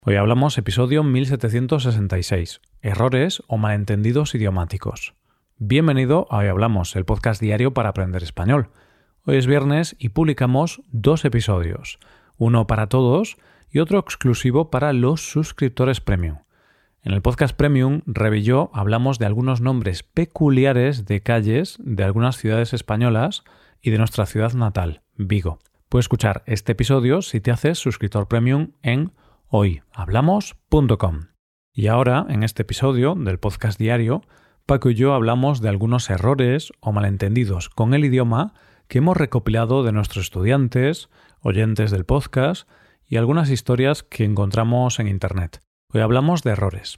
Hoy hablamos episodio 1766, errores o malentendidos idiomáticos. Bienvenido a Hoy Hablamos, el podcast diario para aprender español. Hoy es viernes y publicamos 2 episodios, uno para todos y otro exclusivo para los suscriptores premium. En el podcast premium, Rebe y yo hablamos de algunos nombres peculiares de calles de algunas ciudades españolas y de nuestra ciudad natal, Vigo. Puedes escuchar este episodio si te haces suscriptor premium en hoyhablamos.com. Y ahora, en este episodio del podcast diario, Paco y yo hablamos de algunos errores o malentendidos con el idioma que hemos recopilado de nuestros estudiantes, oyentes del podcast y algunas historias que encontramos en Internet. Hoy hablamos de errores.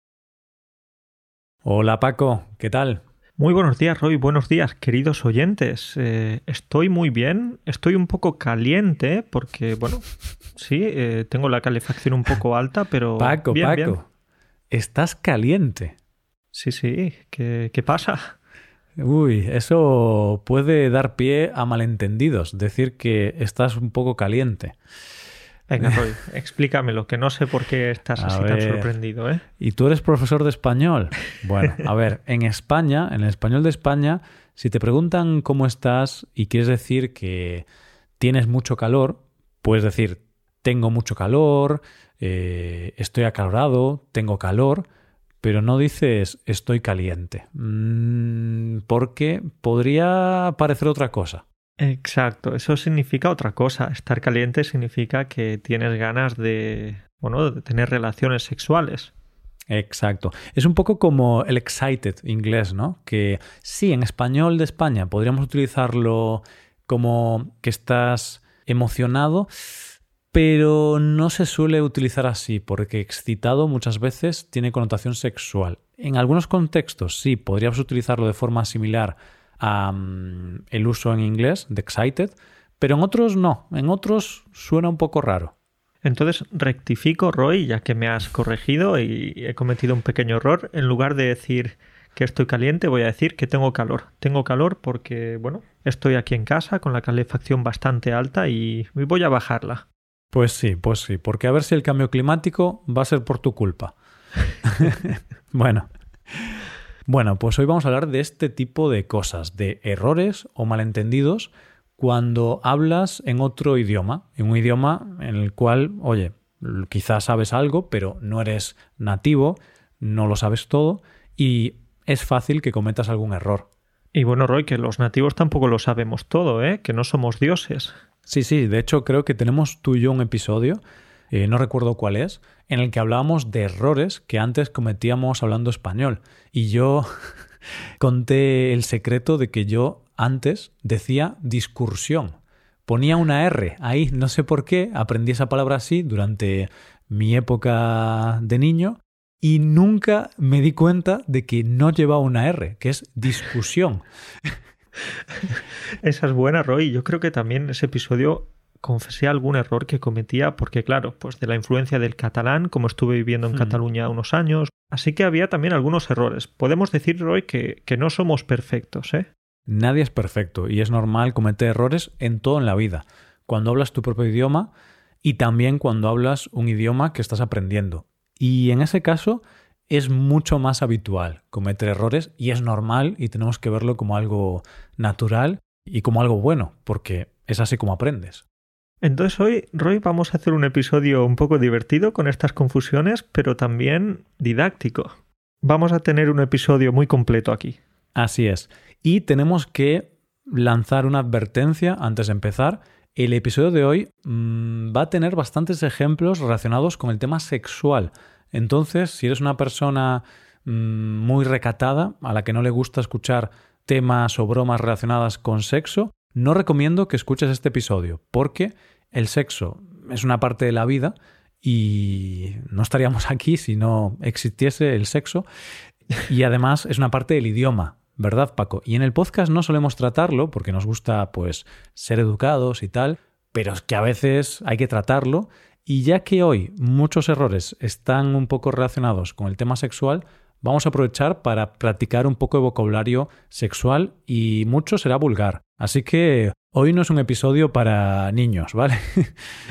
Hola Paco, ¿qué tal? Muy buenos días, Roy. Buenos días, queridos oyentes. Estoy muy bien. Estoy un poco caliente porque, tengo la calefacción un poco alta, pero Paco, bien. ¿Estás caliente? Sí. ¿Qué pasa? Uy, eso puede dar pie a malentendidos, decir que estás un poco caliente. Venga, Roy, explícamelo, que no sé por qué estás así tan sorprendido, ¿eh? ¿Y tú eres profesor de español? Bueno, a ver, en España, en el español de España, si te preguntan cómo estás y quieres decir que tienes mucho calor, puedes decir tengo mucho calor, estoy acalorado, tengo calor, pero no dices estoy caliente, porque podría parecer otra cosa. Exacto, eso significa otra cosa. Estar caliente significa que tienes ganas de tener relaciones sexuales. Exacto. Es un poco como el excited inglés, ¿no? Que sí, en español de España podríamos utilizarlo como que estás emocionado, pero no se suele utilizar así, porque excitado muchas veces tiene connotación sexual. En algunos contextos sí, podríamos utilizarlo de forma similar a el uso en inglés de excited, pero en otros no, en otros suena un poco raro. Entonces rectifico, Roy, ya que me has corregido y he cometido un pequeño error. En lugar de decir que estoy caliente, voy a decir que tengo calor. Tengo calor porque, estoy aquí en casa con la calefacción bastante alta y voy a bajarla. Pues sí, porque a ver si el cambio climático va a ser por tu culpa. Bueno, pues hoy vamos a hablar de este tipo de cosas, de errores o malentendidos cuando hablas en otro idioma, en un idioma en el cual, quizás sabes algo, pero no eres nativo, no lo sabes todo y es fácil que cometas algún error. Y Roy, que los nativos tampoco lo sabemos todo, que no somos dioses. Sí, de hecho creo que tenemos tú y yo un episodio, no recuerdo cuál es, en el que hablábamos de errores que antes cometíamos hablando español. Y yo conté el secreto de que yo antes decía discursión. Ponía una R ahí, no sé por qué, aprendí esa palabra así durante mi época de niño y nunca me di cuenta de que no llevaba una R, que es discusión. Esa es buena, Roy. Yo creo que también en ese episodio confesé algún error que cometía porque, claro, pues de la influencia del catalán, como estuve viviendo en Cataluña unos años, así que había también algunos errores. Podemos decir, Roy, que no somos perfectos, ¿eh? Nadie es perfecto y es normal cometer errores en todo en la vida. Cuando hablas tu propio idioma y también cuando hablas un idioma que estás aprendiendo. Y en ese caso es mucho más habitual cometer errores y es normal y tenemos que verlo como algo natural y como algo bueno, porque es así como aprendes. Entonces hoy, Roy, vamos a hacer un episodio un poco divertido con estas confusiones, pero también didáctico. Vamos a tener un episodio muy completo aquí. Así es. Y tenemos que lanzar una advertencia antes de empezar. El episodio de hoy va a tener bastantes ejemplos relacionados con el tema sexual. Entonces, si eres una persona muy recatada, a la que no le gusta escuchar temas o bromas relacionadas con sexo, no recomiendo que escuches este episodio, porque el sexo es una parte de la vida y no estaríamos aquí si no existiese el sexo. Y además es una parte del idioma, ¿verdad, Paco? Y en el podcast no solemos tratarlo porque nos gusta, ser educados y tal, pero es que a veces hay que tratarlo. Y ya que hoy muchos errores están un poco relacionados con el tema sexual, vamos a aprovechar para practicar un poco de vocabulario sexual y mucho será vulgar. Así que hoy no es un episodio para niños, ¿vale?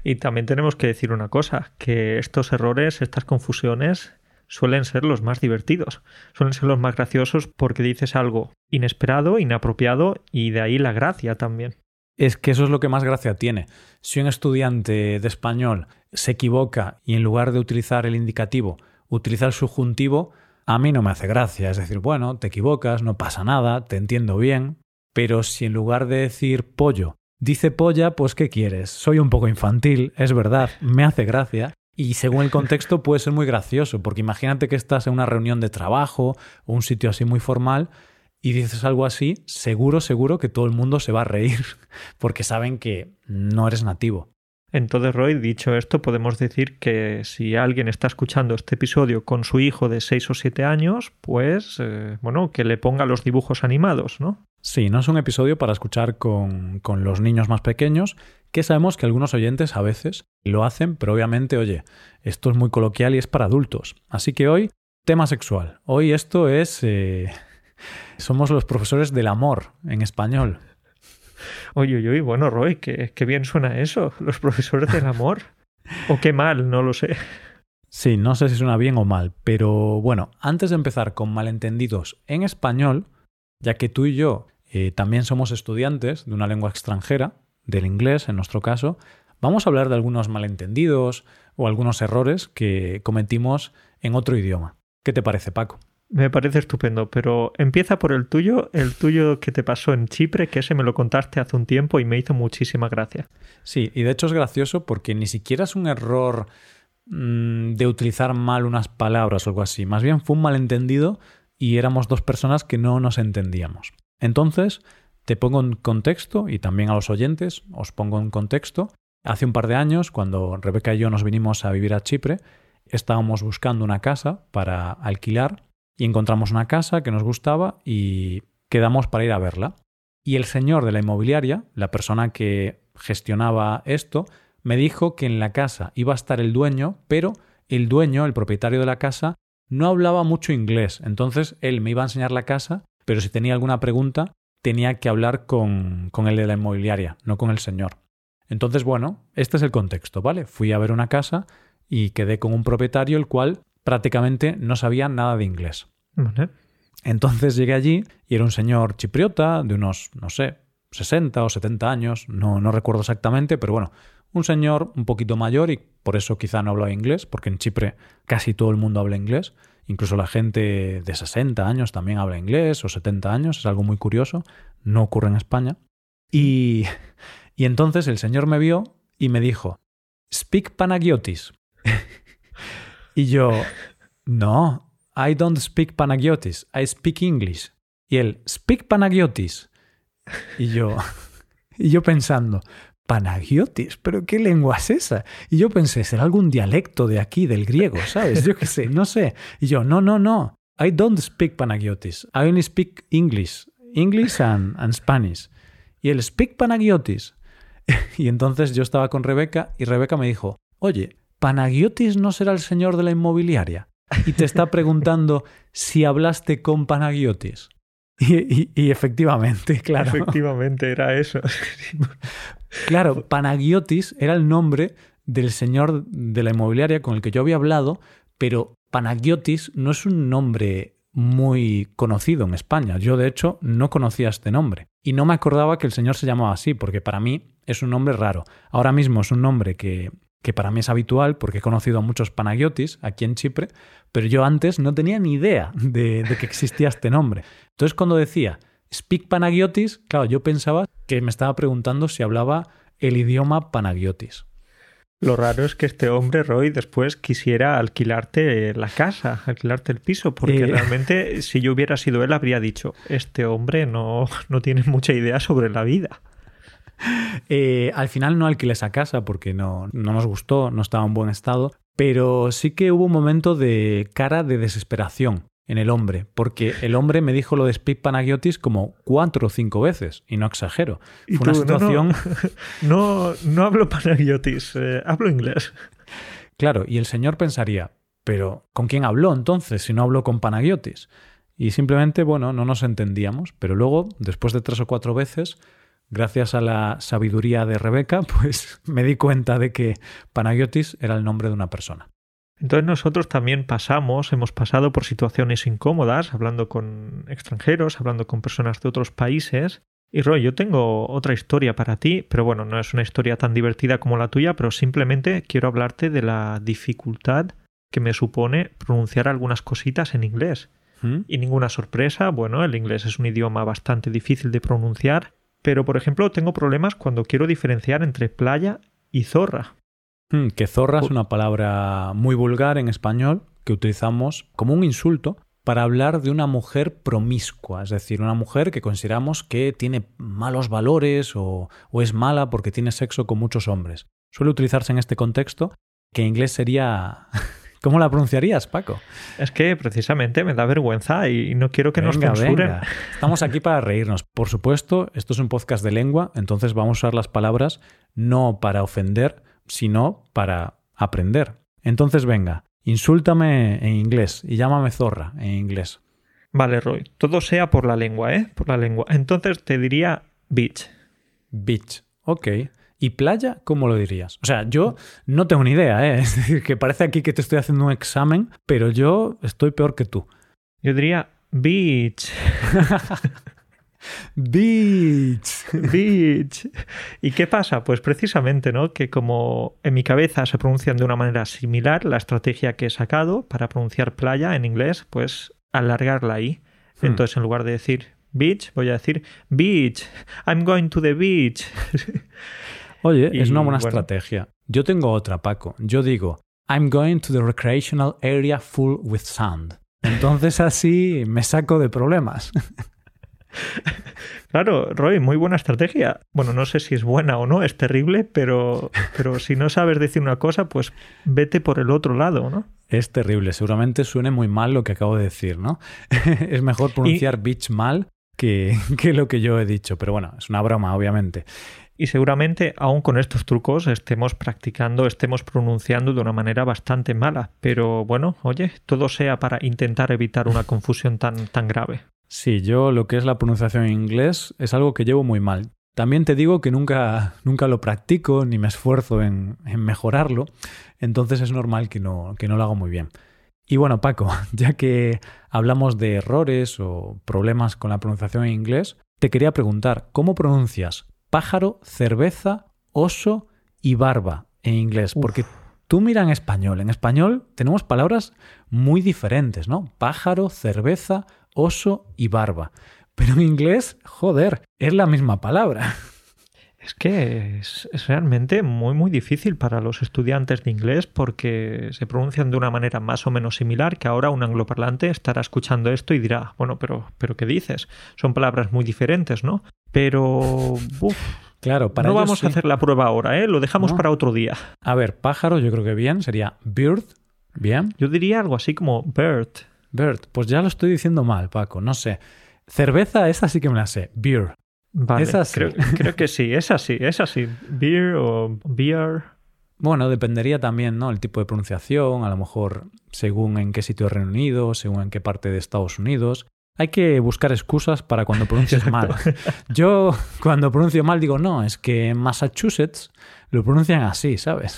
Y también tenemos que decir una cosa, que estos errores, estas confusiones, suelen ser los más divertidos, suelen ser los más graciosos porque dices algo inesperado, inapropiado y de ahí la gracia también. Es que eso es lo que más gracia tiene. Si un estudiante de español se equivoca y en lugar de utilizar el indicativo utiliza el subjuntivo, a mí no me hace gracia. Es decir, bueno, te equivocas, no pasa nada, te entiendo bien, pero si en lugar de decir pollo dice polla, pues ¿qué quieres? Soy un poco infantil, es verdad, me hace gracia. Y según el contexto puede ser muy gracioso, porque imagínate que estás en una reunión de trabajo o un sitio así muy formal y dices algo así, seguro que todo el mundo se va a reír, porque saben que no eres nativo. Entonces, Roy, dicho esto, podemos decir que si alguien está escuchando este episodio con su hijo de 6 o 7 años, pues, que le ponga los dibujos animados, ¿no? Sí, no es un episodio para escuchar con los niños más pequeños, que sabemos que algunos oyentes a veces lo hacen, pero obviamente, oye, esto es muy coloquial y es para adultos. Así que hoy, tema sexual. Hoy esto es... somos los profesores del amor en español. Oye, bueno, Roy, qué bien suena eso, los profesores del amor. O qué mal, no lo sé. Sí, no sé si suena bien o mal, pero bueno, antes de empezar con malentendidos en español, ya que tú y yo también somos estudiantes de una lengua extranjera, del inglés en nuestro caso, vamos a hablar de algunos malentendidos o algunos errores que cometimos en otro idioma. ¿Qué te parece, Paco? Me parece estupendo, pero empieza por el tuyo que te pasó en Chipre, que ese me lo contaste hace un tiempo y me hizo muchísima gracia. Sí, y de hecho es gracioso porque ni siquiera es un error de utilizar mal unas palabras o algo así. Más bien fue un malentendido y éramos dos personas que no nos entendíamos. Entonces, te pongo en contexto y también a los oyentes os pongo en contexto. Hace un par de años, cuando Rebeca y yo nos vinimos a vivir a Chipre, estábamos buscando una casa para alquilar y encontramos una casa que nos gustaba y quedamos para ir a verla. Y el señor de la inmobiliaria, la persona que gestionaba esto, me dijo que en la casa iba a estar el dueño, pero el dueño, el propietario de la casa, no hablaba mucho inglés. Entonces él me iba a enseñar la casa, pero si tenía alguna pregunta tenía que hablar con el de la inmobiliaria, no con el señor. Entonces, bueno, este es el contexto, ¿vale? Fui a ver una casa y quedé con un propietario el cual prácticamente no sabía nada de inglés. Vale. Entonces llegué allí y era un señor chipriota de unos, 60 o 70 años, no recuerdo exactamente, pero bueno, un señor un poquito mayor y por eso quizá no hablaba inglés, porque en Chipre casi todo el mundo habla inglés, incluso la gente de 60 años también habla inglés o 70 años, es algo muy curioso, no ocurre en España. Y entonces el señor me vio y me dijo, "Speak Panagiotis." Y yo, no, I don't speak Panagiotis, I speak English. Y él, "Speak Panagiotis." Y yo pensando, Panagiotis, ¿pero qué lengua es esa? Y yo pensé, ¿será algún dialecto de aquí, del griego, sabes? Yo qué sé, no sé. Y yo, no, I don't speak Panagiotis, I only speak English and Spanish. Y él, "Speak Panagiotis." Y entonces yo estaba con Rebeca y Rebeca me dijo, "Oye, ¿Panagiotis no será el señor de la inmobiliaria? Y te está preguntando si hablaste con Panagiotis." Y efectivamente, claro. Efectivamente, era eso. Claro, Panagiotis era el nombre del señor de la inmobiliaria con el que yo había hablado, pero Panagiotis no es un nombre muy conocido en España. Yo, de hecho, no conocía este nombre. Y no me acordaba que el señor se llamaba así, porque para mí es un nombre raro. Ahora mismo es un nombre que para mí es habitual porque he conocido a muchos Panagiotis aquí en Chipre, pero yo antes no tenía ni idea de que existía este nombre. Entonces cuando decía "Speak Panagiotis", claro, yo pensaba que me estaba preguntando si hablaba el idioma Panagiotis. Lo raro es que este hombre, Roy, después quisiera alquilarte la casa, alquilarte el piso, porque realmente si yo hubiera sido él habría dicho, este hombre no tiene mucha idea sobre la vida. Al final no alquilé esa casa porque no nos gustó, no estaba en buen estado, pero sí que hubo un momento de cara de desesperación en el hombre, porque el hombre me dijo lo de "Speak Panagiotis" como 4 o 5 veces, y no exagero. ¿Y fue una situación... No hablo Panagiotis, hablo inglés. Claro, y el señor pensaría, ¿pero con quién habló entonces si no habló con Panagiotis? Y simplemente, bueno, no nos entendíamos, pero luego, después de 3 o 4 veces, gracias a la sabiduría de Rebeca, pues me di cuenta de que Panagiotis era el nombre de una persona. Entonces nosotros también hemos pasado por situaciones incómodas, hablando con extranjeros, hablando con personas de otros países. Y Roy, yo tengo otra historia para ti, pero bueno, no es una historia tan divertida como la tuya, pero simplemente quiero hablarte de la dificultad que me supone pronunciar algunas cositas en inglés. Y ninguna sorpresa, bueno, el inglés es un idioma bastante difícil de pronunciar, pero por ejemplo tengo problemas cuando quiero diferenciar entre playa y zorra. Que zorra es una palabra muy vulgar en español que utilizamos como un insulto para hablar de una mujer promiscua, es decir, una mujer que consideramos que tiene malos valores o es mala porque tiene sexo con muchos hombres. Suele utilizarse en este contexto, que en inglés sería... ¿Cómo la pronunciarías, Paco? Es que precisamente me da vergüenza y no quiero que nos censuren. Venga. Estamos aquí para reírnos. Por supuesto, esto es un podcast de lengua, entonces vamos a usar las palabras no para ofender, sino para aprender. Entonces, venga, insúltame en inglés y llámame zorra en inglés. Vale, Roy, todo sea por la lengua, ¿eh? Por la lengua. Entonces te diría beach. Beach, ok. ¿Y playa cómo lo dirías? O sea, yo no tengo ni idea, ¿eh? Es decir, que parece aquí que te estoy haciendo un examen, pero yo estoy peor que tú. Yo diría beach. Beach. Beach. ¿Y qué pasa? Pues precisamente, ¿no? Que como en mi cabeza se pronuncian de una manera similar, la estrategia que he sacado para pronunciar playa en inglés, pues alargarla ahí. Entonces, en lugar de decir beach, voy a decir beach. I'm going to the beach. Oye, es una buena estrategia. Yo tengo otra, Paco. Yo digo, I'm going to the recreational area full with sand. Entonces así me saco de problemas. Claro, Roy, muy buena estrategia. Bueno, no sé si es buena o no, es terrible, pero si no sabes decir una cosa, pues vete por el otro lado, ¿no? Es terrible. Seguramente suene muy mal lo que acabo de decir, ¿no? Es mejor pronunciar beach mal que lo que yo he dicho. Pero bueno, es una broma, obviamente. Y seguramente, aún con estos trucos, estemos practicando, estemos pronunciando de una manera bastante mala. Pero bueno, oye, todo sea para intentar evitar una confusión tan grave. Sí, yo lo que es la pronunciación en inglés es algo que llevo muy mal. También te digo que nunca lo practico ni me esfuerzo en mejorarlo, entonces es normal que no lo hago muy bien. Y bueno, Paco, ya que hablamos de errores o problemas con la pronunciación en inglés, te quería preguntar, ¿cómo pronuncias pájaro, cerveza, oso y barba en inglés? Porque tú mira en español tenemos palabras muy diferentes, ¿no? Pájaro, cerveza, oso y barba. Pero en inglés, joder, es la misma palabra. Es que es realmente muy, muy difícil para los estudiantes de inglés porque se pronuncian de una manera más o menos similar que ahora un angloparlante estará escuchando esto y dirá, bueno, pero ¿qué dices? Son palabras muy diferentes, ¿no? Pero... Claro, para no ellos vamos a hacer la prueba ahora, ¿eh? Lo dejamos para otro día. A ver, pájaro yo creo que bien, sería bird, ¿bien? Yo diría algo así como bird. Bird, pues ya lo estoy diciendo mal, Paco, no sé. Cerveza, esa sí que me la sé, beer. Vale, esa sí. creo que sí, es así. Beer o beer. Bueno, dependería también, ¿no? El tipo de pronunciación, a lo mejor según en qué sitio de Reino Unido, según en qué parte de Estados Unidos. Hay que buscar excusas para cuando pronuncies mal. Yo cuando pronuncio mal digo, no, es que en Massachusetts lo pronuncian así, ¿sabes?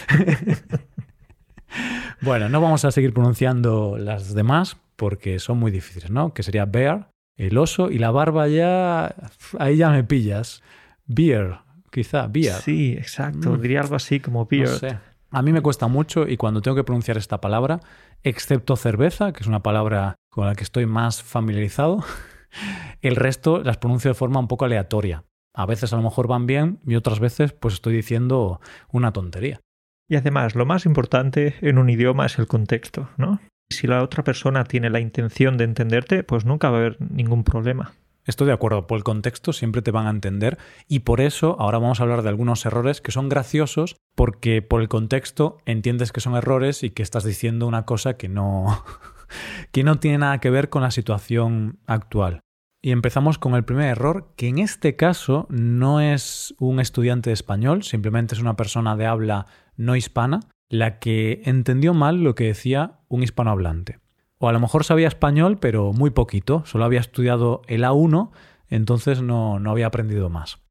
Bueno, no vamos a seguir pronunciando las demás porque son muy difíciles, ¿no? Que sería bear, el oso, y la barba ya... Ahí ya me pillas. Beer, quizá, beer. Sí, exacto. Diría algo así como beer. No sé. A mí me cuesta mucho y cuando tengo que pronunciar esta palabra, excepto cerveza, que es una palabra con la que estoy más familiarizado, el resto las pronuncio de forma un poco aleatoria. A veces a lo mejor van bien y otras veces pues estoy diciendo una tontería. Y además, lo más importante en un idioma es el contexto, ¿no? Si la otra persona tiene la intención de entenderte, pues nunca va a haber ningún problema. Estoy de acuerdo, por el contexto siempre te van a entender y por eso ahora vamos a hablar de algunos errores que son graciosos porque por el contexto entiendes que son errores y que estás diciendo una cosa que no tiene nada que ver con la situación actual. Y empezamos con el primer error, que en este caso no es un estudiante de español, simplemente es una persona de habla no hispana, la que entendió mal lo que decía un hispanohablante. O a lo mejor sabía español, pero muy poquito, solo había estudiado el A1, entonces no había aprendido más.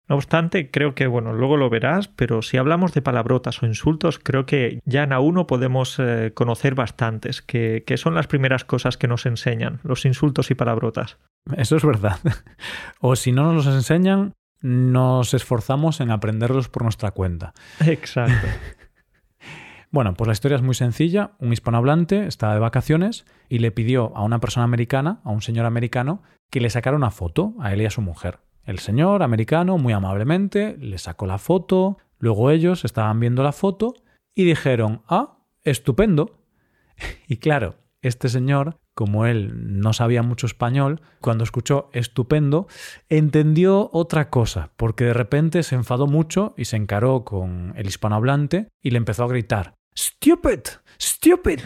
No obstante, creo que, bueno, luego lo verás, pero si hablamos de palabrotas o insultos, creo que ya en A1 podemos conocer bastantes, que son las primeras cosas que nos enseñan, los insultos y palabrotas. Eso es verdad. O si no nos los enseñan, nos esforzamos en aprenderlos por nuestra cuenta. Exacto. Bueno, pues la historia es muy sencilla. Un hispanohablante estaba de vacaciones y le pidió a una persona americana, a un señor americano, que le sacara una foto a él y a su mujer. El señor americano, muy amablemente, le sacó la foto, luego ellos estaban viendo la foto y dijeron, ¡ah, estupendo! Y claro, este señor, como él no sabía mucho español, cuando escuchó estupendo, entendió otra cosa, porque de repente se enfadó mucho y se encaró con el hispanohablante y le empezó a gritar, ¡Stupid! ¡Stupid!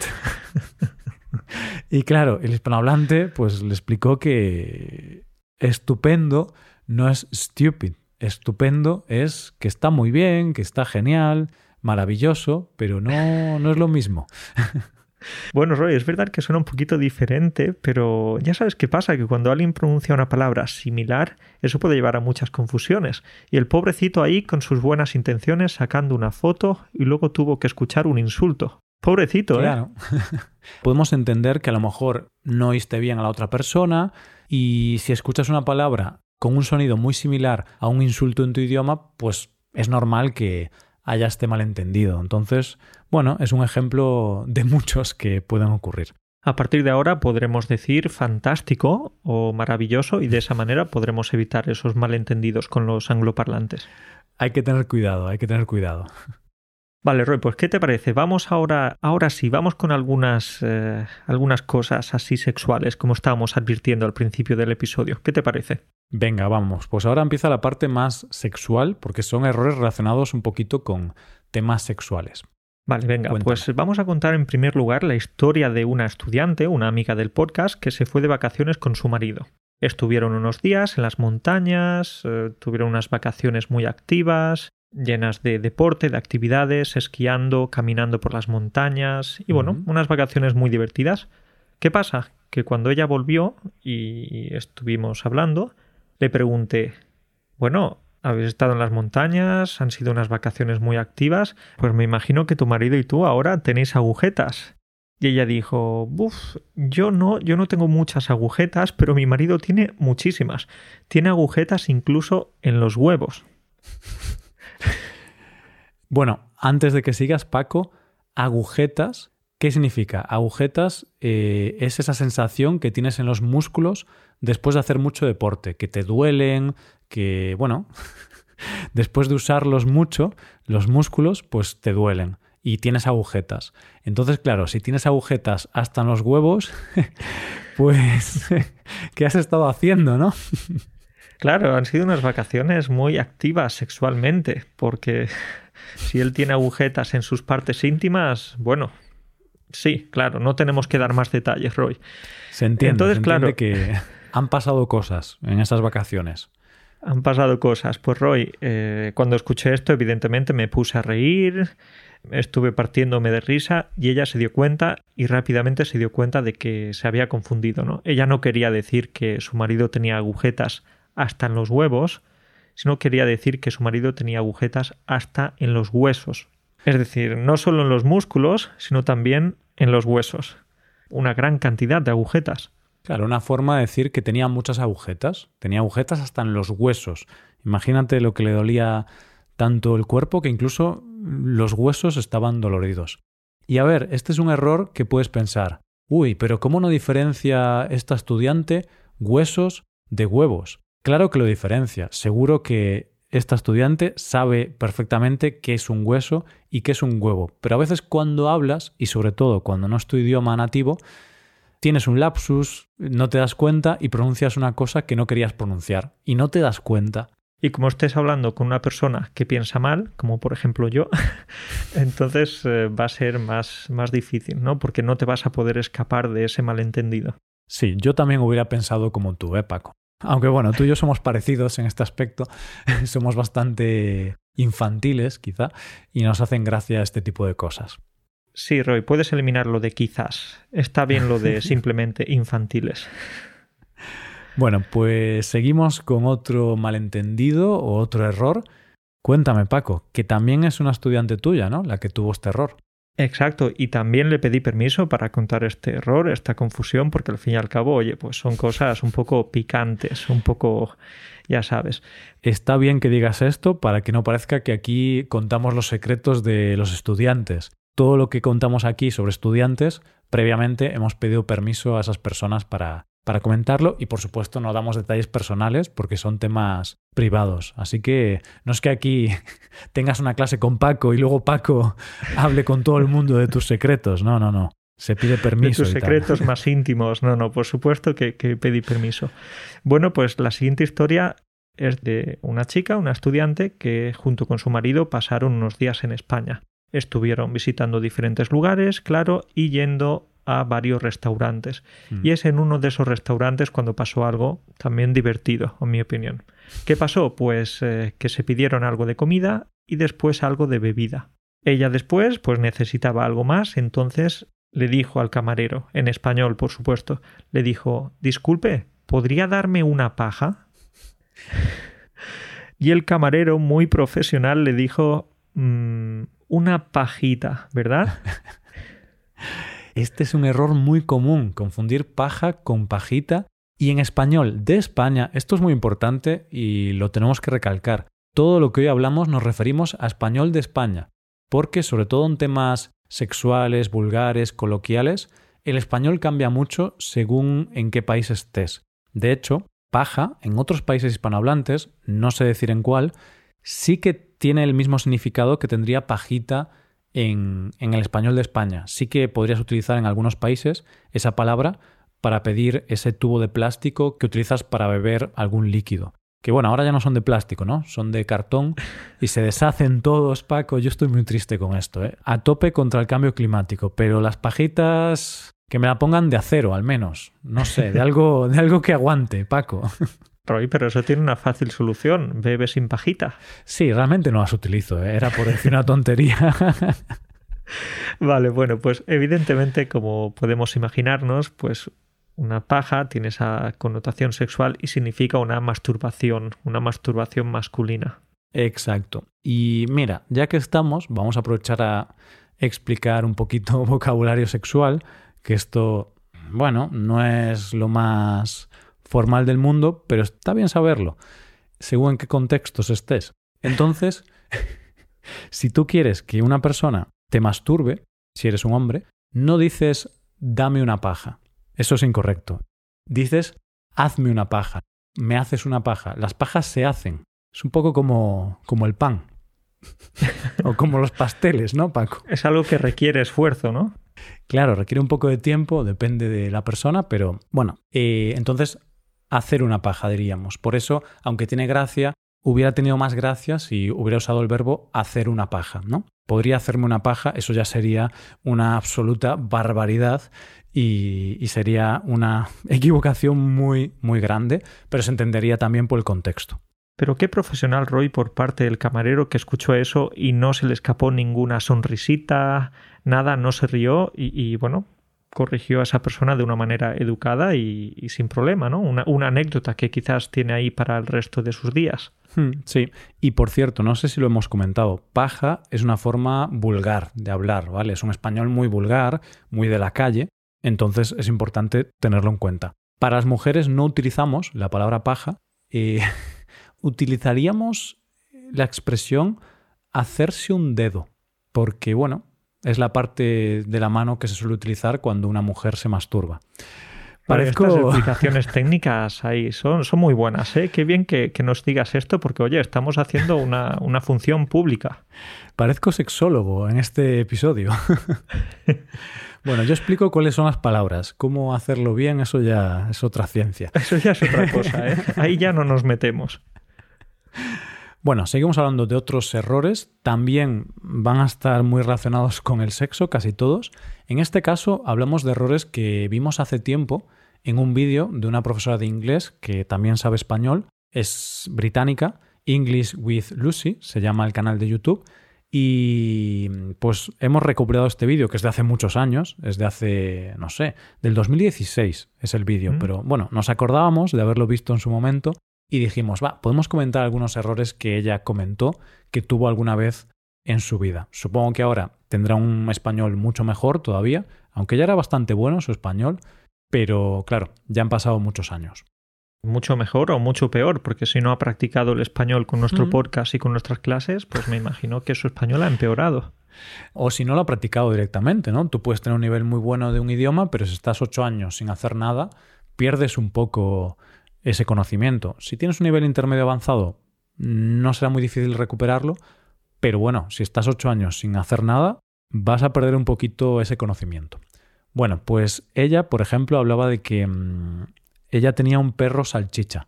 Y claro, el hispanohablante pues le explicó que estupendo no es stupid. Estupendo es que está muy bien, que está genial, maravilloso, pero no es lo mismo. Bueno, Roy, es verdad que suena un poquito diferente, pero ya sabes qué pasa, que cuando alguien pronuncia una palabra similar, eso puede llevar a muchas confusiones. Y el pobrecito ahí, con sus buenas intenciones, sacando una foto y luego tuvo que escuchar un insulto. Pobrecito, claro. Podemos entender que a lo mejor no oíste bien a la otra persona y si escuchas una palabra con un sonido muy similar a un insulto en tu idioma, pues es normal que haya este malentendido. Entonces, bueno, es un ejemplo de muchos que pueden ocurrir. A partir de ahora podremos decir fantástico o maravilloso y de esa manera podremos evitar esos malentendidos con los angloparlantes. Hay que tener cuidado, hay que tener cuidado. Vale, Roy, pues ¿qué te parece? Vamos ahora sí, vamos con algunas cosas así sexuales, como estábamos advirtiendo al principio del episodio. ¿Qué te parece? Venga, vamos. Pues ahora empieza la parte más sexual, porque son errores relacionados un poquito con temas sexuales. Vale, venga, Cuéntame. Pues vamos a contar en primer lugar la historia de una estudiante, una amiga del podcast, que se fue de vacaciones con su marido. Estuvieron unos días en las montañas, tuvieron unas vacaciones muy activas, llenas de deporte, de actividades, esquiando, caminando por las montañas y bueno, unas vacaciones muy divertidas. ¿Qué pasa? Que cuando ella volvió y estuvimos hablando, le pregunté, bueno, habéis estado en las montañas, han sido unas vacaciones muy activas, pues me imagino que tu marido y tú ahora tenéis agujetas. Y ella dijo, buf, yo no tengo muchas agujetas, pero mi marido tiene muchísimas. Tiene agujetas incluso en los huevos. Bueno, antes de que sigas, Paco, agujetas, ¿qué significa? Agujetas es esa sensación que tienes en los músculos después de hacer mucho deporte, que te duelen, que, bueno, después de usarlos mucho, los músculos, pues te duelen y tienes agujetas. Entonces, claro, si tienes agujetas hasta en los huevos, pues, ¿qué has estado haciendo, no? Claro, han sido unas vacaciones muy activas sexualmente, porque si él tiene agujetas en sus partes íntimas, bueno, sí, claro, no tenemos que dar más detalles, Roy. Se entiende, entonces, claro, que han pasado cosas en esas vacaciones. Han pasado cosas. Pues Roy, cuando escuché esto, evidentemente me puse a reír, estuve partiéndome de risa y ella se dio cuenta y rápidamente se dio cuenta de que se había confundido, ¿no? Ella no quería decir que su marido tenía agujetas hasta en los huevos, sino quería decir que su marido tenía agujetas hasta en los huesos. Es decir, no solo en los músculos, sino también en los huesos. Una gran cantidad de agujetas. Claro, una forma de decir que tenía muchas agujetas. Tenía agujetas hasta en los huesos. Imagínate lo que le dolía tanto el cuerpo que incluso los huesos estaban doloridos. Y a ver, este es un error que puedes pensar. Uy, pero ¿cómo no diferencia esta estudiante huesos de huevos? Claro que lo diferencia. Seguro que esta estudiante sabe perfectamente qué es un hueso y qué es un huevo. Pero a veces cuando hablas, y sobre todo cuando no es tu idioma nativo, tienes un lapsus, no te das cuenta y pronuncias una cosa que no querías pronunciar. Y no te das cuenta. Y como estés hablando con una persona que piensa mal, como por ejemplo yo, entonces va a ser más difícil, ¿no? Porque no te vas a poder escapar de ese malentendido. Sí, yo también hubiera pensado como tú, Paco. Aunque bueno, tú y yo somos parecidos en este aspecto, somos bastante infantiles quizá y nos hacen gracia este tipo de cosas. Sí, Roy, puedes eliminar lo de quizás. Está bien lo de simplemente infantiles. Bueno, pues seguimos con otro malentendido o otro error. Cuéntame, Paco, que también es una estudiante tuya, ¿no? La que tuvo este error. Exacto, y también le pedí permiso para contar este error, esta confusión, porque al fin y al cabo, oye, pues son cosas un poco picantes, un poco, ya sabes. Está bien que digas esto para que no parezca que aquí contamos los secretos de los estudiantes. Todo lo que contamos aquí sobre estudiantes, previamente hemos pedido permiso a esas personas para comentarlo y, por supuesto, no damos detalles personales porque son temas privados. Así que no es que aquí tengas una clase con Paco y luego Paco hable con todo el mundo de tus secretos. No, no, no. Se pide permiso. De tus secretos más íntimos. No, por supuesto que pedí permiso. Bueno, pues la siguiente historia es de una chica, una estudiante, que junto con su marido pasaron unos días en España. Estuvieron visitando diferentes lugares, claro, y yendo a varios restaurantes. Y es en uno de esos restaurantes cuando pasó algo también divertido, en mi opinión. ¿Qué pasó? Pues que se pidieron algo de comida y después algo de bebida. Ella después pues necesitaba algo más, entonces le dijo al camarero, en español por supuesto, le dijo: disculpe, ¿podría darme una paja? Y el camarero, muy profesional, le dijo: una pajita, ¿verdad? Este es un error muy común, confundir paja con pajita. Y en español de España, esto es muy importante y lo tenemos que recalcar. Todo lo que hoy hablamos nos referimos a español de España, porque sobre todo en temas sexuales, vulgares, coloquiales, el español cambia mucho según en qué país estés. De hecho, paja, en otros países hispanohablantes, no sé decir en cuál, sí que tiene el mismo significado que tendría pajita en el español de España. Sí que podrías utilizar en algunos países esa palabra para pedir ese tubo de plástico que utilizas para beber algún líquido. Que bueno, ahora ya no son de plástico, ¿no? Son de cartón y se deshacen todos, Paco. Yo estoy muy triste con esto, ¿eh? A tope contra el cambio climático, pero las pajitas que me la pongan de acero, al menos. No sé, de algo que aguante, Paco. Roy, pero eso tiene una fácil solución. Bebe sin pajita. Sí, realmente no las utilizo, ¿eh? Era por decir una tontería. Vale, bueno, pues evidentemente, como podemos imaginarnos, pues una paja tiene esa connotación sexual y significa una masturbación masculina. Exacto. Y mira, ya que estamos, vamos a aprovechar a explicar un poquito vocabulario sexual, que esto, bueno, no es lo más formal del mundo, pero está bien saberlo, según en qué contextos estés. Entonces, si tú quieres que una persona te masturbe, si eres un hombre, no dices dame una paja. Eso es incorrecto. Dices hazme una paja, me haces una paja. Las pajas se hacen. Es un poco como el pan. O como los pasteles, ¿no, Paco? Es algo que requiere esfuerzo, ¿no? Claro, requiere un poco de tiempo, depende de la persona, pero bueno, entonces hacer una paja diríamos. Por eso, aunque tiene gracia, hubiera tenido más gracia si hubiera usado el verbo hacer una paja, ¿no? Podría hacerme una paja, eso ya sería una absoluta barbaridad y sería una equivocación muy, muy grande, pero se entendería también por el contexto. Pero qué profesional, Roy, por parte del camarero que escuchó eso y no se le escapó ninguna sonrisita, nada, no se rió y bueno, corrigió a esa persona de una manera educada y sin problema, ¿no? Una anécdota que quizás tiene ahí para el resto de sus días. Sí, y por cierto, no sé si lo hemos comentado, paja es una forma vulgar de hablar, ¿vale? Es un español muy vulgar, muy de la calle, entonces es importante tenerlo en cuenta. Para las mujeres no utilizamos la palabra paja, utilizaríamos la expresión hacerse un dedo, porque bueno, es la parte de la mano que se suele utilizar cuando una mujer se masturba. Estas explicaciones técnicas ahí son muy buenas, ¿eh? Qué bien que nos digas esto porque, oye, estamos haciendo una función pública. Parezco sexólogo en este episodio. Bueno, yo explico cuáles son las palabras. Cómo hacerlo bien, eso ya es otra ciencia. Eso ya es otra cosa, ¿eh? Ahí ya no nos metemos. Bueno, seguimos hablando de otros errores. También van a estar muy relacionados con el sexo, casi todos. En este caso, hablamos de errores que vimos hace tiempo en un vídeo de una profesora de inglés que también sabe español. Es británica. English with Lucy se llama el canal de YouTube. Y pues hemos recuperado este vídeo, que es de hace muchos años, es de hace, no sé, del 2016 es el vídeo, pero bueno, nos acordábamos de haberlo visto en su momento y dijimos, podemos comentar algunos errores que ella comentó que tuvo alguna vez en su vida. Supongo que ahora tendrá un español mucho mejor todavía, aunque ya era bastante bueno su español, pero claro, ya han pasado muchos años. Mucho mejor o mucho peor, porque si no ha practicado el español con nuestro podcast y con nuestras clases, pues me imagino que su español ha empeorado. O si no lo ha practicado directamente, ¿no? Tú puedes tener un nivel muy bueno de un idioma, pero si estás 8 años sin hacer nada, pierdes un poco ese conocimiento. Si tienes un nivel intermedio avanzado, no será muy difícil recuperarlo, pero bueno, si estás 8 años sin hacer nada, vas a perder un poquito ese conocimiento. Bueno, pues ella, por ejemplo, hablaba de que ella tenía un perro salchicha.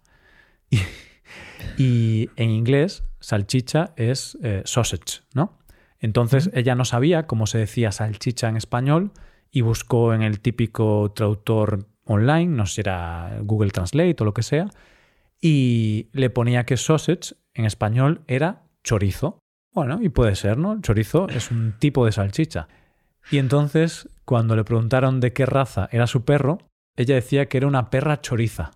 Y en inglés, salchicha es sausage, ¿no? Entonces ella no sabía cómo se decía salchicha en español y buscó en el típico traductor online, no sé si era Google Translate o lo que sea, y le ponía que sausage en español era chorizo. Bueno, y puede ser, ¿no? El chorizo es un tipo de salchicha. Y entonces, cuando le preguntaron de qué raza era su perro, ella decía que era una perra choriza.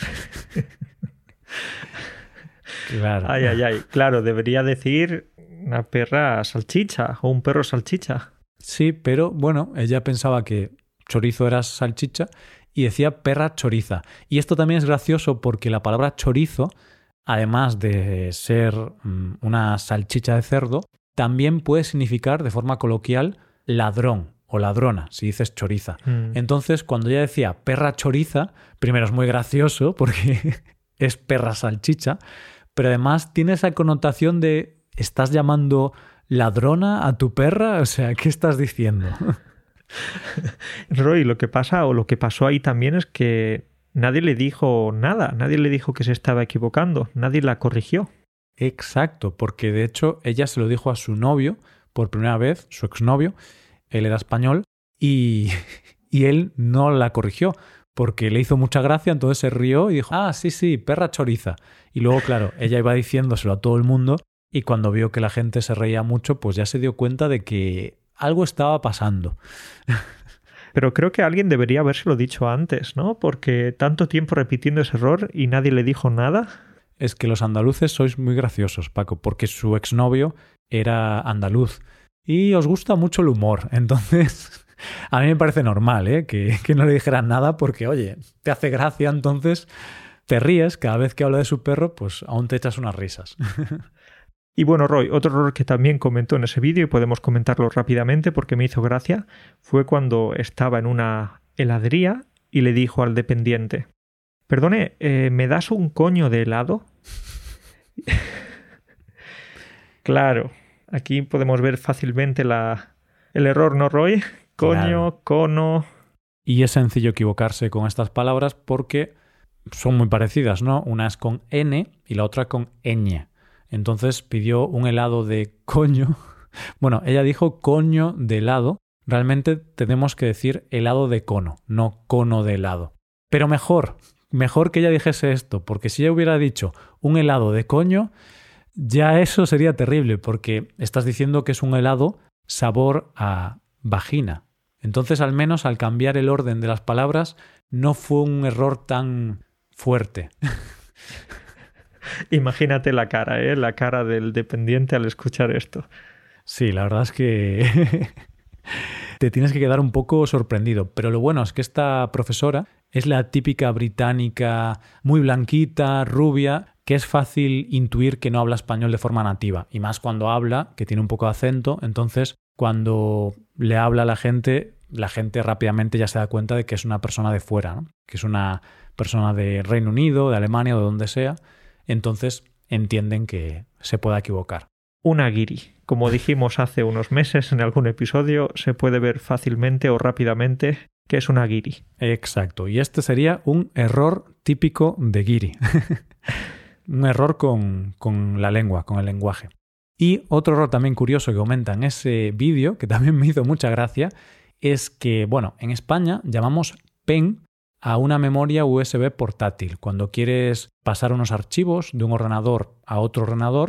Claro. Ay. Claro, debería decir una perra salchicha o un perro salchicha. Sí, pero bueno, ella pensaba que chorizo era salchicha y decía perra choriza. Y esto también es gracioso porque la palabra chorizo, además de ser una salchicha de cerdo, también puede significar de forma coloquial ladrón o ladrona, si dices choriza. Entonces, cuando ella decía perra choriza, primero es muy gracioso porque es perra salchicha, pero además tiene esa connotación de ¿estás llamando ladrona a tu perra? O sea, ¿qué estás diciendo? Roy, lo que pasa o lo que pasó ahí también es que nadie le dijo nada, nadie le dijo que se estaba equivocando, nadie la corrigió. Exacto, porque de hecho ella se lo dijo a su novio por primera vez, su exnovio. Él era español y él no la corrigió porque le hizo mucha gracia, entonces se rió y dijo, sí, perra choriza. Y luego, claro, ella iba diciéndoselo a todo el mundo y cuando vio que la gente se reía mucho, pues ya se dio cuenta de que algo estaba pasando. Pero creo que alguien debería habérselo dicho antes, ¿no? Porque tanto tiempo repitiendo ese error y nadie le dijo nada. Es que los andaluces sois muy graciosos, Paco, porque su exnovio era andaluz. Y os gusta mucho el humor, entonces a mí me parece normal que no le dijeran nada porque, oye, te hace gracia, entonces te ríes cada vez que habla de su perro, pues aún te echas unas risas. Y bueno, Roy, otro error que también comentó en ese vídeo, y podemos comentarlo rápidamente porque me hizo gracia, fue cuando estaba en una heladería y le dijo al dependiente, perdone, ¿me das un coño de helado? Claro. Aquí podemos ver fácilmente el error, ¿no, Roy? Coño, claro. Cono. Y es sencillo equivocarse con estas palabras porque son muy parecidas, ¿no? Una es con N y la otra con ñ. Entonces pidió un helado de coño. Bueno, ella dijo coño de helado. Realmente tenemos que decir helado de cono, no cono de helado. Pero mejor que ella dijese esto, porque si ella hubiera dicho un helado de coño, ya eso sería terrible porque estás diciendo que es un helado sabor a vagina. Entonces, al menos al cambiar el orden de las palabras, no fue un error tan fuerte. Imagínate la cara, la cara del dependiente al escuchar esto. Sí, la verdad es que te tienes que quedar un poco sorprendido. Pero lo bueno es que esta profesora es la típica británica, muy blanquita, rubia, que es fácil intuir que no habla español de forma nativa. Y más cuando habla, que tiene un poco de acento. Entonces, cuando le habla a la gente rápidamente ya se da cuenta de que es una persona de fuera, ¿no? Que es una persona de Reino Unido, de Alemania o de donde sea. Entonces, entienden que se pueda equivocar. Una guiri. Como dijimos hace unos meses en algún episodio, se puede ver fácilmente o rápidamente que es una guiri. Exacto. Y este sería un error típico de guiri. Un error con la lengua, con el lenguaje. Y otro error también curioso que comenta en ese vídeo, que también me hizo mucha gracia, es que, bueno, en España llamamos pen a una memoria USB portátil. Cuando quieres pasar unos archivos de un ordenador a otro ordenador,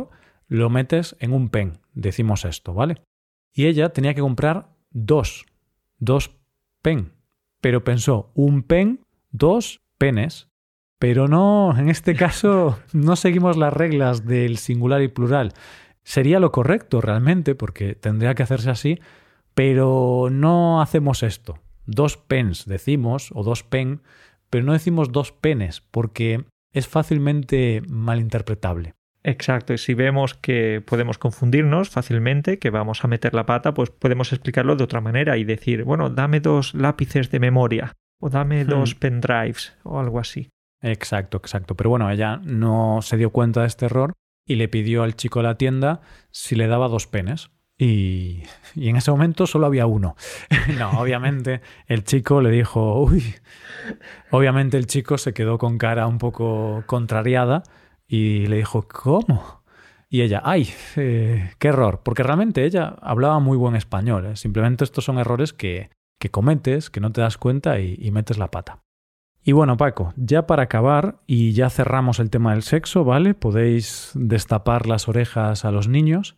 lo metes en un pen, decimos esto, ¿vale? Y ella tenía que comprar dos pen, pero pensó, un pen, 2 penes, pero no, en este caso no seguimos las reglas del singular y plural. Sería lo correcto realmente, porque tendría que hacerse así, pero no hacemos esto. 2 pens decimos, o 2 pen, pero no decimos 2 penes, porque es fácilmente malinterpretable. Exacto, y si vemos que podemos confundirnos fácilmente, que vamos a meter la pata, pues podemos explicarlo de otra manera y decir, bueno, dame 2 lápices de memoria, o dame 2 pendrives, o algo así. Exacto. Pero bueno, ella no se dio cuenta de este error y le pidió al chico de la tienda si le daba 2 penes. Y en ese momento solo había uno. No, obviamente el chico le dijo, uy. Obviamente el chico se quedó con cara un poco contrariada y le dijo, ¿cómo? Y ella, ¡ay! ¡Qué error! Porque realmente ella hablaba muy buen español, ¿eh? Simplemente estos son errores que cometes, que no te das cuenta y metes la pata. Y bueno, Paco, ya para acabar y ya cerramos el tema del sexo, ¿vale? Podéis destapar las orejas a los niños.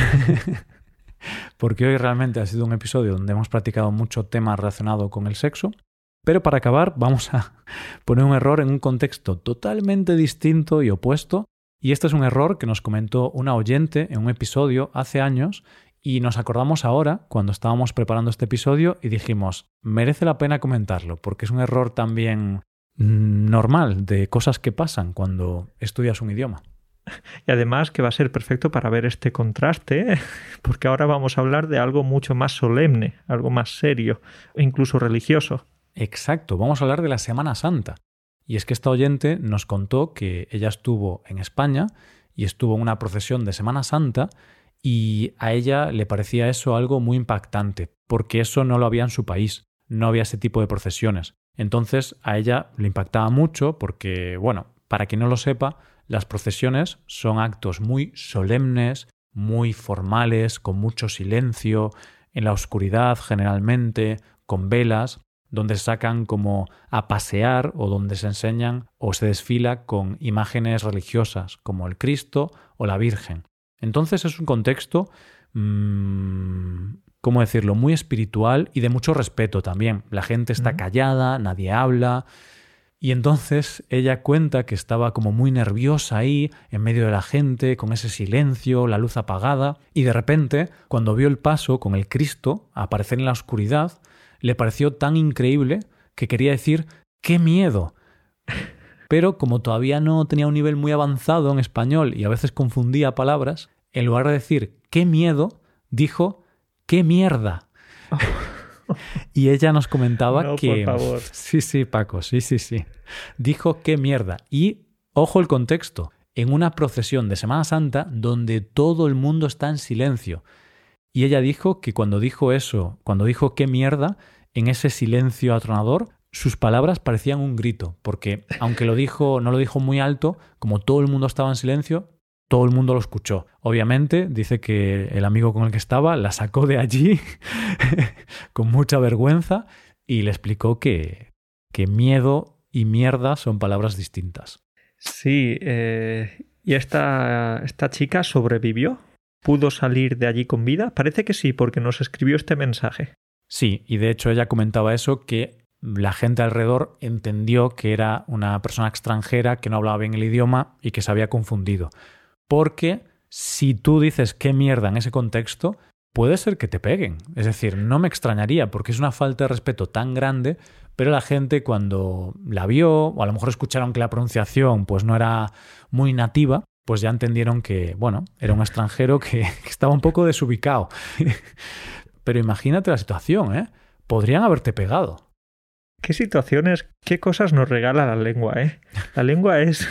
Porque hoy realmente ha sido un episodio donde hemos practicado mucho tema relacionado con el sexo. Pero para acabar vamos a poner un error en un contexto totalmente distinto y opuesto. Y este es un error que nos comentó una oyente en un episodio hace años y nos acordamos ahora cuando estábamos preparando este episodio y dijimos, merece la pena comentarlo porque es un error también normal de cosas que pasan cuando estudias un idioma. Y además que va a ser perfecto para ver este contraste, porque ahora vamos a hablar de algo mucho más solemne, algo más serio, incluso religioso. Exacto, vamos a hablar de la Semana Santa. Y es que esta oyente nos contó que ella estuvo en España y estuvo en una procesión de Semana Santa y a ella le parecía eso algo muy impactante, porque eso no lo había en su país, no había ese tipo de procesiones. Entonces a ella le impactaba mucho porque, bueno, para quien no lo sepa, las procesiones son actos muy solemnes, muy formales, con mucho silencio, en la oscuridad generalmente, con velas, donde se sacan como a pasear o donde se enseñan o se desfila con imágenes religiosas como el Cristo o la Virgen. Entonces es un contexto, ¿cómo decirlo?, muy espiritual y de mucho respeto también. La gente está callada, nadie habla. Y entonces ella cuenta que estaba como muy nerviosa ahí, en medio de la gente, con ese silencio, la luz apagada, y de repente, cuando vio el paso con el Cristo aparecer en la oscuridad, le pareció tan increíble que quería decir ¡qué miedo! Pero como todavía no tenía un nivel muy avanzado en español y a veces confundía palabras, en lugar de decir ¡qué miedo!, dijo ¡qué mierda! Y ella nos comentaba no, que... por favor. Sí, Paco, sí. Dijo qué mierda. Y, ojo el contexto, en una procesión de Semana Santa donde todo el mundo está en silencio. Y ella dijo que cuando dijo eso, cuando dijo qué mierda, en ese silencio atronador, sus palabras parecían un grito. Porque aunque no lo dijo muy alto, como todo el mundo estaba en silencio, todo el mundo lo escuchó. Obviamente, dice que el amigo con el que estaba la sacó de allí con mucha vergüenza y le explicó que miedo y mierda son palabras distintas. Sí, ¿y esta chica sobrevivió? ¿Pudo salir de allí con vida? Parece que sí, porque nos escribió este mensaje. Sí, y de hecho ella comentaba eso, que la gente alrededor entendió que era una persona extranjera que no hablaba bien el idioma y que se había confundido. Porque si tú dices qué mierda en ese contexto, puede ser que te peguen. Es decir, no me extrañaría porque es una falta de respeto tan grande, pero la gente cuando la vio, o a lo mejor escucharon que la pronunciación pues no era muy nativa, pues ya entendieron que, bueno, era un extranjero que estaba un poco desubicado. Pero imagínate la situación, ¿eh? Podrían haberte pegado. ¿Qué situaciones, qué cosas nos regala la lengua, eh? La lengua es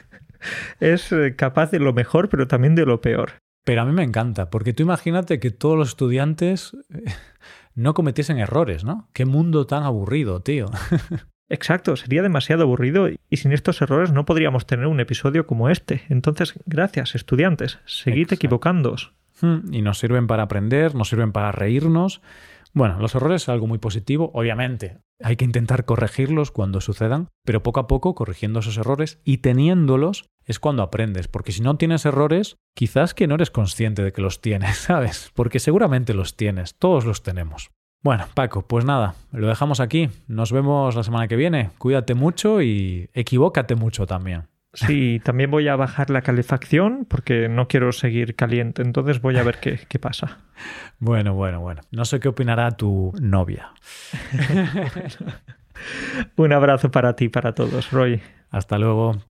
capaz de lo mejor, pero también de lo peor. Pero a mí me encanta, porque tú imagínate que todos los estudiantes no cometiesen errores, ¿no? Qué mundo tan aburrido, tío. Exacto, sería demasiado aburrido y sin estos errores no podríamos tener un episodio como este. Entonces, gracias, estudiantes. Seguid equivocándoos. Y nos sirven para aprender, nos sirven para reírnos. Bueno, los errores es algo muy positivo, obviamente. Hay que intentar corregirlos cuando sucedan, pero poco a poco, corrigiendo esos errores y teniéndolos, es cuando aprendes. Porque si no tienes errores, quizás que no eres consciente de que los tienes, ¿sabes? Porque seguramente los tienes, todos los tenemos. Bueno, Paco, pues nada, lo dejamos aquí. Nos vemos la semana que viene. Cuídate mucho y equivócate mucho también. Sí, también voy a bajar la calefacción porque no quiero seguir caliente, entonces voy a ver qué pasa. Bueno. No sé qué opinará tu novia. Un abrazo para ti y para todos, Roy. Hasta luego.